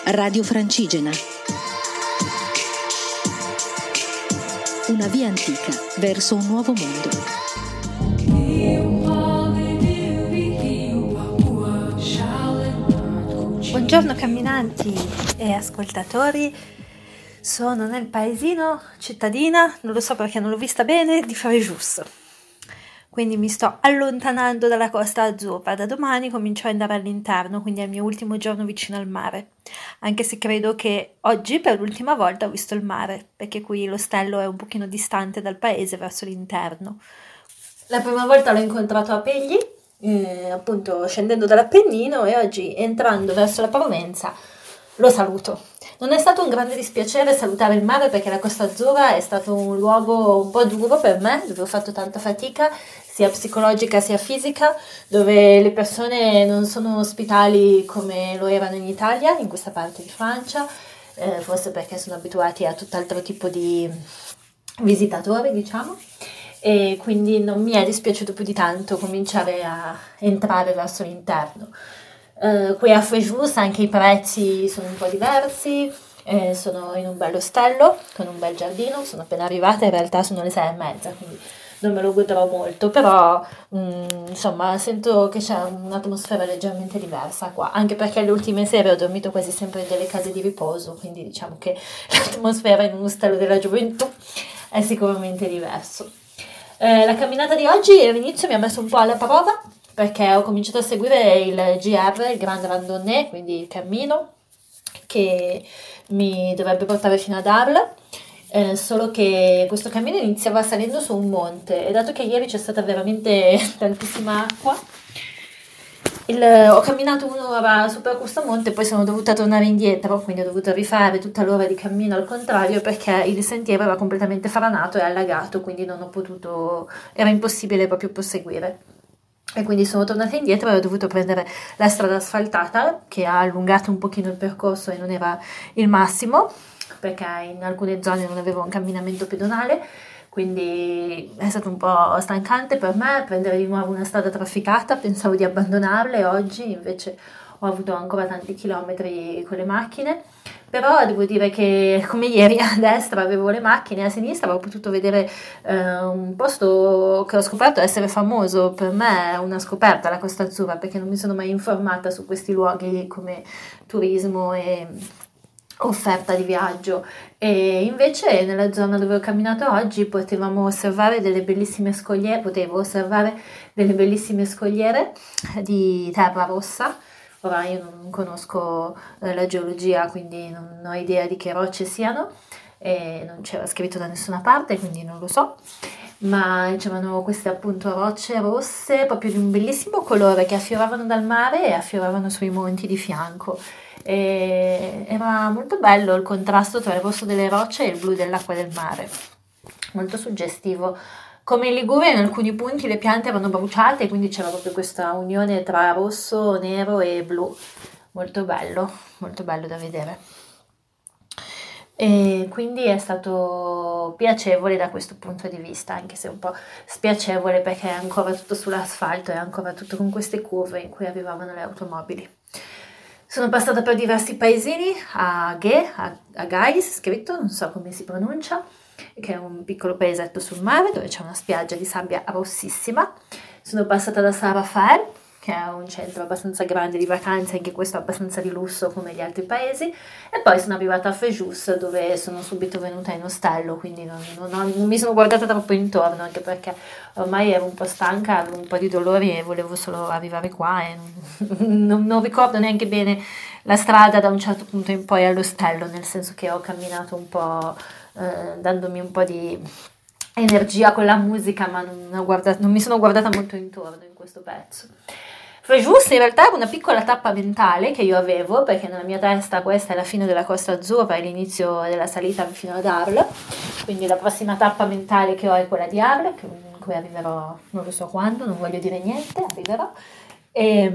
Radio Francigena. Una via antica verso un nuovo mondo. Buongiorno camminanti e ascoltatori, sono nel paesino, cittadina, non lo so perché non l'ho vista bene, di Frejus. Quindi mi sto allontanando dalla Costa Azzurra, da domani comincio ad andare all'interno, quindi è il mio ultimo giorno vicino al mare, anche se credo che oggi per l'ultima volta ho visto il mare, perché qui l'ostello è un pochino distante dal paese verso l'interno. La prima volta l'ho incontrato a Pegli, appunto scendendo dall'Appennino, e oggi entrando verso la Provenza lo saluto. Non è stato un grande dispiacere salutare il mare perché la Costa Azzurra è stato un luogo un po' duro per me, dove ho fatto tanta fatica, sia psicologica sia fisica, dove le persone non sono ospitali come lo erano in Italia, in questa parte di Francia, forse perché sono abituati a tutt'altro tipo di visitatori, diciamo. E quindi non mi è dispiaciuto più di tanto cominciare a entrare verso l'interno. Qui a Frejus anche i prezzi sono un po' diversi, sono in un bel ostello con un bel giardino, sono appena arrivata, in realtà sono le 6:30, quindi non me lo godrò molto, però insomma sento che c'è un'atmosfera leggermente diversa qua, anche perché le ultime sere ho dormito quasi sempre in delle case di riposo, quindi diciamo che l'atmosfera in un ostello della gioventù è sicuramente diverso. La camminata di oggi all'inizio mi ha messo un po' alla prova perché ho cominciato a seguire il GR, il Grande Randonnée, quindi il cammino che mi dovrebbe portare fino ad Arles, solo che questo cammino iniziava salendo su un monte e dato che ieri c'è stata veramente tantissima acqua, ho camminato un'ora su per questo monte, poi sono dovuta tornare indietro, quindi ho dovuto rifare tutta l'ora di cammino al contrario perché il sentiero era completamente franato e allagato, quindi non ho potuto, era impossibile proprio proseguire. E quindi sono tornata indietro e ho dovuto prendere la strada asfaltata che ha allungato un pochino il percorso e non era il massimo perché in alcune zone non avevo un camminamento pedonale, quindi è stato un po' stancante per me prendere di nuovo una strada trafficata, pensavo di abbandonarla e oggi invece ho avuto ancora tanti chilometri con le macchine, però devo dire che come ieri a destra avevo le macchine, a sinistra ho potuto vedere un posto che ho scoperto essere famoso, per me è una scoperta la Costa Azzurra perché non mi sono mai informata su questi luoghi come turismo e offerta di viaggio, e invece nella zona dove ho camminato oggi potevo osservare delle bellissime scogliere di terra rossa. Ora io non conosco la geologia, quindi non ho idea di che rocce siano e non c'era scritto da nessuna parte, quindi non lo so, ma c'erano queste appunto rocce rosse proprio di un bellissimo colore che affioravano dal mare e affioravano sui monti di fianco. E era molto bello il contrasto tra il rosso delle rocce e il blu dell'acqua del mare, molto suggestivo. Come in Liguria in alcuni punti le piante erano bruciate, quindi c'era proprio questa unione tra rosso, nero e blu, molto bello da vedere. E quindi è stato piacevole da questo punto di vista, anche se un po' spiacevole perché è ancora tutto sull'asfalto e ancora tutto con queste curve in cui arrivavano le automobili. Sono passata per diversi paesini, a Gais, scritto, non so come si pronuncia, che è un piccolo paesetto sul mare dove c'è una spiaggia di sabbia rossissima. Sono passata da San Rafael, che è un centro abbastanza grande di vacanze, anche questo abbastanza di lusso come gli altri paesi, e poi sono arrivata a Frejus dove sono subito venuta in ostello, quindi non mi sono guardata troppo intorno, anche perché ormai ero un po' stanca, avevo un po' di dolori e volevo solo arrivare qua e non ricordo neanche bene la strada da un certo punto in poi all'ostello, nel senso che ho camminato un po' dandomi un po' di energia con la musica, ma non mi sono guardata molto intorno in questo pezzo. Frejus in realtà era una piccola tappa mentale che io avevo, perché nella mia testa questa è la fine della Costa Azzurra e l'inizio della salita fino ad Arles, quindi la prossima tappa mentale che ho è quella di Arles, in cui arriverò non lo so quando, non voglio dire niente, arriverò, e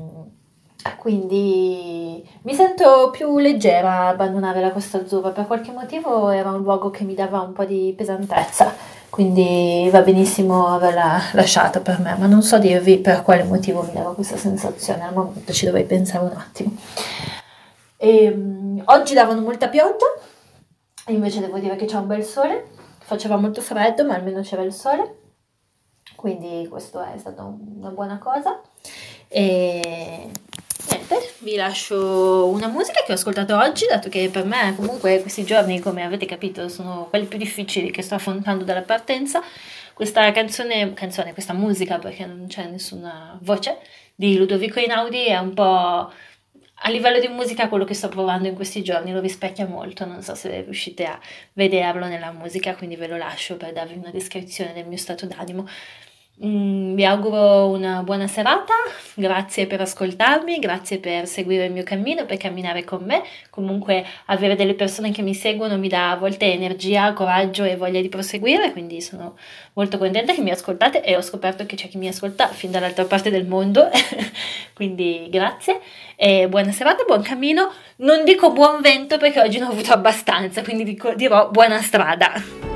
quindi mi sento più leggera a abbandonare la Costa Azzurra, per qualche motivo era un luogo che mi dava un po' di pesantezza, quindi va benissimo averla lasciata per me, ma non so dirvi per quale motivo mi dava questa sensazione, al momento ci dovrei pensare un attimo. Oggi davano molta pioggia, invece devo dire che c'è un bel sole, faceva molto freddo ma almeno c'era il sole, quindi questo è stata una buona cosa. E niente, vi lascio una musica che ho ascoltato oggi, dato che per me comunque questi giorni, come avete capito, sono quelli più difficili che sto affrontando dalla partenza. Questa questa musica, perché non c'è nessuna voce, di Ludovico Einaudi è un po' a livello di musica quello che sto provando in questi giorni, lo rispecchia molto, non so se riuscite a vederlo nella musica, quindi ve lo lascio per darvi una descrizione del mio stato d'animo. Vi auguro una buona serata, grazie per ascoltarmi, grazie per seguire il mio cammino, per camminare con me. Comunque avere delle persone che mi seguono mi dà a volte energia, coraggio e voglia di proseguire, quindi sono molto contenta che mi ascoltate e ho scoperto che c'è chi mi ascolta fin dall'altra parte del mondo, quindi grazie e buona serata, buon cammino. Non dico buon vento perché oggi ne ho avuto abbastanza, quindi dirò buona strada.